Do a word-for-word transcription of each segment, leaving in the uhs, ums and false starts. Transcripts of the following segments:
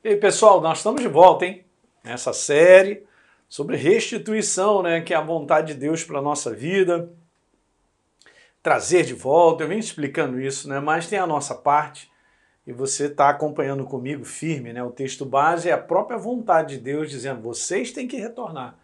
E aí, pessoal, nós estamos de volta, hein? Nessa série sobre restituição, né? Que é a vontade de Deus para a nossa vida. Trazer de volta, eu venho explicando isso, né? Mas tem a nossa parte e você está acompanhando comigo firme, né? O texto base é a própria vontade de Deus dizendo, vocês têm que retornar.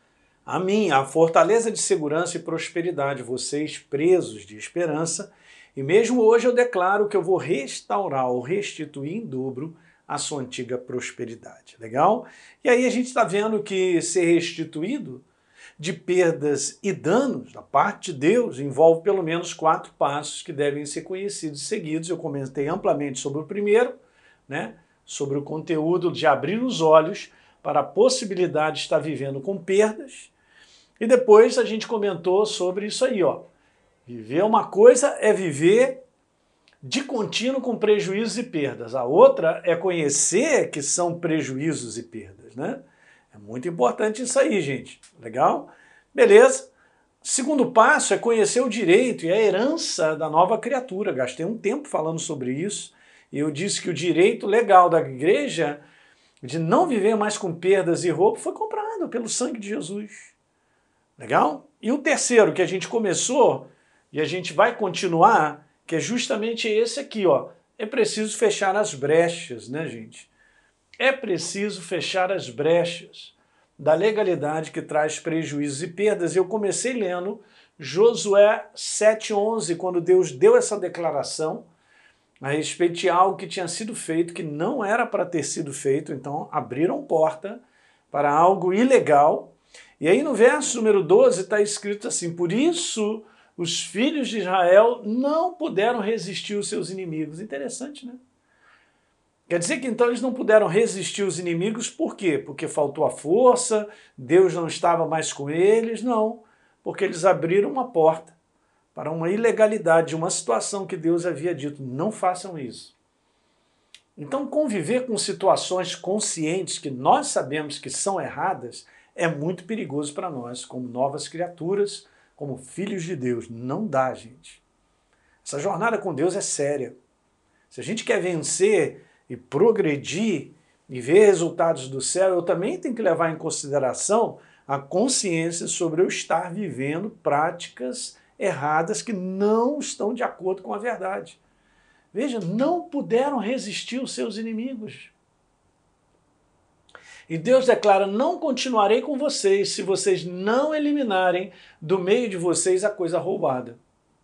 A mim, a fortaleza de segurança e prosperidade, vocês presos de esperança. E mesmo hoje eu declaro que eu vou restaurar ou restituir em dobro a sua antiga prosperidade. Legal? E aí a gente está vendo que ser restituído de perdas e danos da parte de Deus envolve pelo menos quatro passos que devem ser conhecidos e seguidos. Eu comentei amplamente sobre o primeiro, né? Sobre o conteúdo de abrir os olhos para a possibilidade de estar vivendo com perdas. E depois a gente comentou sobre isso aí, ó. Viver uma coisa é viver de contínuo com prejuízos e perdas. A outra é conhecer que são prejuízos e perdas, né? É muito importante isso aí, gente. Legal? Beleza. Segundo passo é conhecer o direito e a herança da nova criatura. Gastei um tempo falando sobre isso. E eu disse que o direito legal da igreja de não viver mais com perdas e roubo foi comprado pelo sangue de Jesus. Legal? E o terceiro que a gente começou e a gente vai continuar, que é justamente esse aqui, ó. É preciso fechar as brechas, né, gente? É preciso fechar as brechas da legalidade que traz prejuízos e perdas. Eu comecei lendo Josué sete, onze, quando Deus deu essa declaração a respeito de algo que tinha sido feito, que não era para ter sido feito, então abriram porta para algo ilegal. E aí no verso número doze está escrito assim, por isso os filhos de Israel não puderam resistir os seus inimigos. Interessante, né? Quer dizer que então eles não puderam resistir os inimigos, por quê? Porque faltou a força, Deus não estava mais com eles? Não, porque eles abriram uma porta para uma ilegalidade, uma situação que Deus havia dito, não façam isso. Então conviver com situações conscientes que nós sabemos que são erradas é muito perigoso para nós, como novas criaturas, como filhos de Deus. Não dá, gente. Essa jornada com Deus é séria. Se a gente quer vencer e progredir e ver resultados do céu, eu também tenho que levar em consideração a consciência sobre eu estar vivendo práticas erradas que não estão de acordo com a verdade. Veja, não puderam resistir os seus inimigos. E Deus declara, não continuarei com vocês se vocês não eliminarem do meio de vocês a coisa roubada.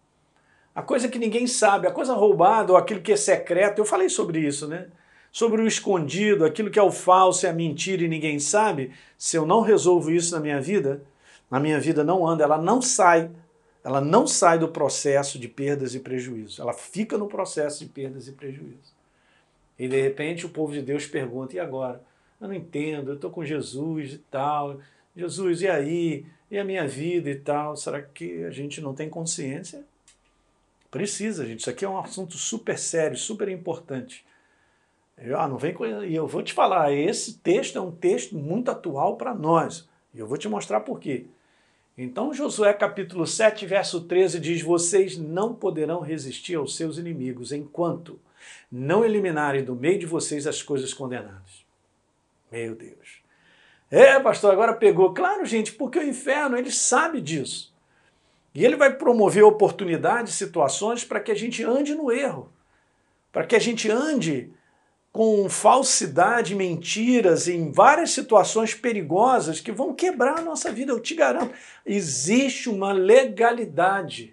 A coisa que ninguém sabe, a coisa roubada ou aquilo que é secreto, eu falei sobre isso, né? Sobre o escondido, aquilo que é o falso e a mentira e ninguém sabe, se eu não resolvo isso na minha vida, na minha vida não anda, ela não sai, ela não sai do processo de perdas e prejuízos, ela fica no processo de perdas e prejuízos. E de repente o povo de Deus pergunta, e agora? Eu não entendo, eu estou com Jesus e tal, Jesus, e aí? E a minha vida e tal? Será que a gente não tem consciência? Precisa, gente, isso aqui é um assunto super sério, super importante. Eu, ah, não vem com... E eu vou te falar, esse texto é um texto muito atual para nós, e eu vou te mostrar por quê. Então Josué capítulo sete, verso treze diz, vocês não poderão resistir aos seus inimigos enquanto não eliminarem do meio de vocês as coisas condenadas. Meu Deus. É, pastor, agora pegou. Claro, gente, porque o inferno, ele sabe disso. E ele vai promover oportunidades, situações para que a gente ande no erro. Para que a gente ande com falsidade, mentiras, em várias situações perigosas que vão quebrar a nossa vida, eu te garanto. Existe uma legalidade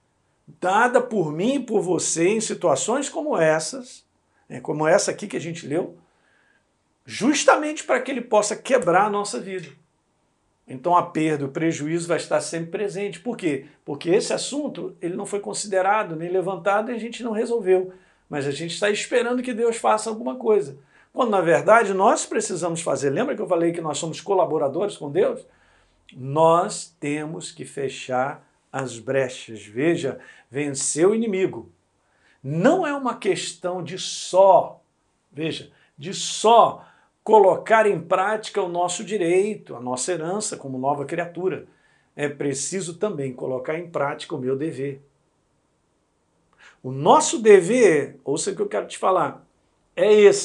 dada por mim e por você em situações como essas, né, como essa aqui que a gente leu, justamente para que ele possa quebrar a nossa vida. Então a perda, o prejuízo vai estar sempre presente. Por quê? Porque esse assunto ele não foi considerado, nem levantado e a gente não resolveu. Mas a gente está esperando que Deus faça alguma coisa. Quando na verdade nós precisamos fazer. Lembra que eu falei que nós somos colaboradores com Deus? Nós temos que fechar as brechas. Veja, vencer o inimigo. Não é uma questão de só, veja, de só colocar em prática o nosso direito, a nossa herança como nova criatura. É preciso também colocar em prática o meu dever. O nosso dever, ouça o que eu quero te falar, é esse,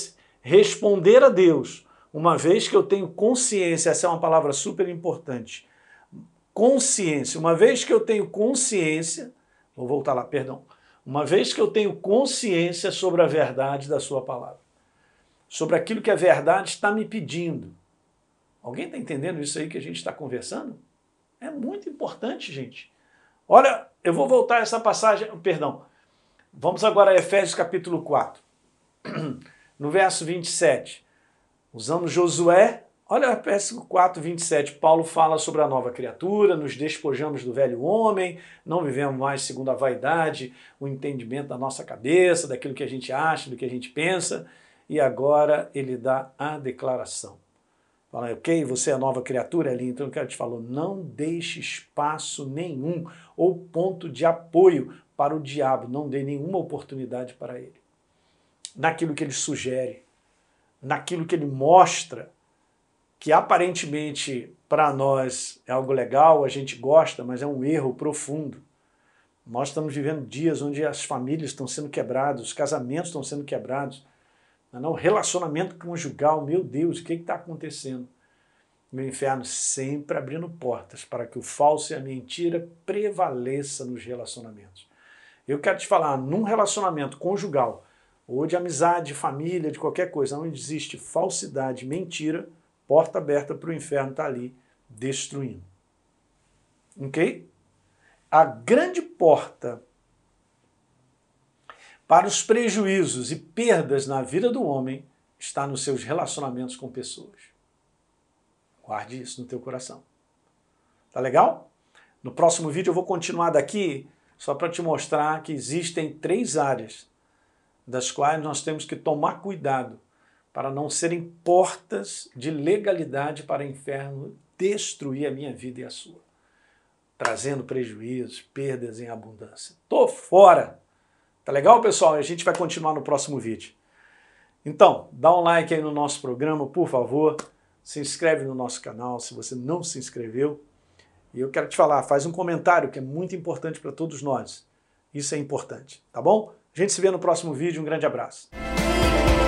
responder a Deus, uma vez que eu tenho consciência, essa é uma palavra super importante, consciência, uma vez que eu tenho consciência, vou voltar lá, perdão, uma vez que eu tenho consciência sobre a verdade da sua palavra, sobre aquilo que a verdade está me pedindo. Alguém está entendendo isso aí que a gente está conversando? É muito importante, gente. Olha, eu vou voltar a essa passagem, perdão, vamos agora a Efésios capítulo quatro, no verso vinte e sete, usando Josué, olha Efésios quatro, vinte e sete, Paulo fala sobre a nova criatura, nos despojamos do velho homem, não vivemos mais segundo a vaidade, o entendimento da nossa cabeça, daquilo que a gente acha, do que a gente pensa, e agora ele dá a declaração. Fala, ok, você é a nova criatura ali, então eu quero te falar, não deixe espaço nenhum ou ponto de apoio para o diabo, não dê nenhuma oportunidade para ele. Naquilo que ele sugere, naquilo que ele mostra, que aparentemente para nós é algo legal, a gente gosta, mas é um erro profundo. Nós estamos vivendo dias onde as famílias estão sendo quebradas, os casamentos estão sendo quebrados, não, o relacionamento conjugal, meu Deus, o que está acontecendo? O inferno sempre abrindo portas para que o falso e a mentira prevaleça nos relacionamentos. Eu quero te falar, num relacionamento conjugal, ou de amizade, de família, de qualquer coisa, onde existe falsidade, mentira, porta aberta para o inferno estar ali destruindo. Ok? A grande porta para os prejuízos e perdas na vida do homem está nos seus relacionamentos com pessoas. Guarde isso no teu coração. Tá legal? No próximo vídeo eu vou continuar daqui só para te mostrar que existem três áreas das quais nós temos que tomar cuidado para não serem portas de legalidade para o inferno destruir a minha vida e a sua, trazendo prejuízos, perdas em abundância. Tô fora! Tá legal, pessoal? A gente vai continuar no próximo vídeo. Então, dá um like aí no nosso programa, por favor. Se inscreve no nosso canal se você não se inscreveu. E eu quero te falar, faz um comentário que é muito importante para todos nós. Isso é importante, tá bom? A gente se vê no próximo vídeo. Um grande abraço.